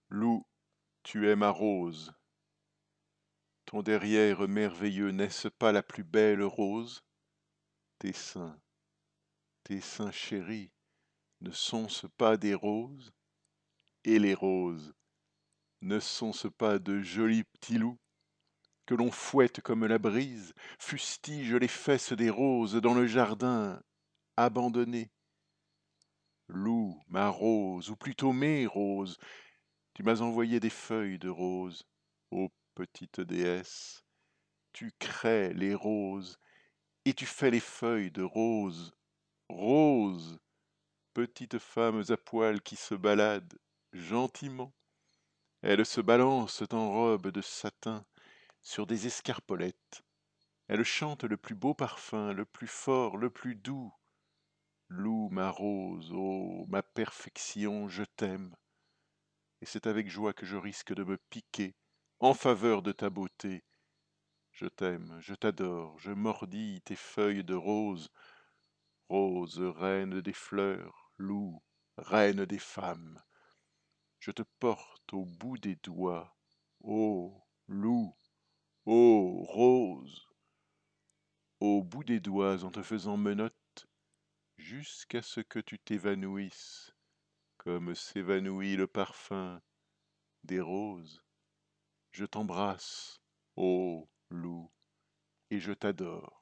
Loup, tu es ma rose. Ton derrière merveilleux n'est-ce pas la plus belle rose? Tes seins chéris, ne sont-ce pas des roses? Et les roses, ne sont-ce pas de jolis petits loups que l'on fouette comme la brise, fustige les fesses des roses dans le jardin abandonné? Loup, ma rose, ou plutôt mes roses, tu m'as envoyé des feuilles de rose, ô petite déesse. Tu crées les roses et tu fais les feuilles de rose. Rose, petites femmes à poil qui se baladent gentiment. Elles se balancent en robe de satin sur des escarpolettes. Elles chantent le plus beau parfum, le plus fort, le plus doux. Loue ma rose, ô ma perfection, je t'aime. Et c'est avec joie que je risque de me piquer en faveur de ta beauté. Je t'aime, je t'adore, je mordis tes feuilles de rose. Rose, reine des fleurs, loup, reine des femmes. Je te porte au bout des doigts, ô loup, ô rose, au bout des doigts en te faisant menotte, jusqu'à ce que tu t'évanouisses, comme s'évanouit le parfum des roses. Je t'embrasse, ô loup, et je t'adore.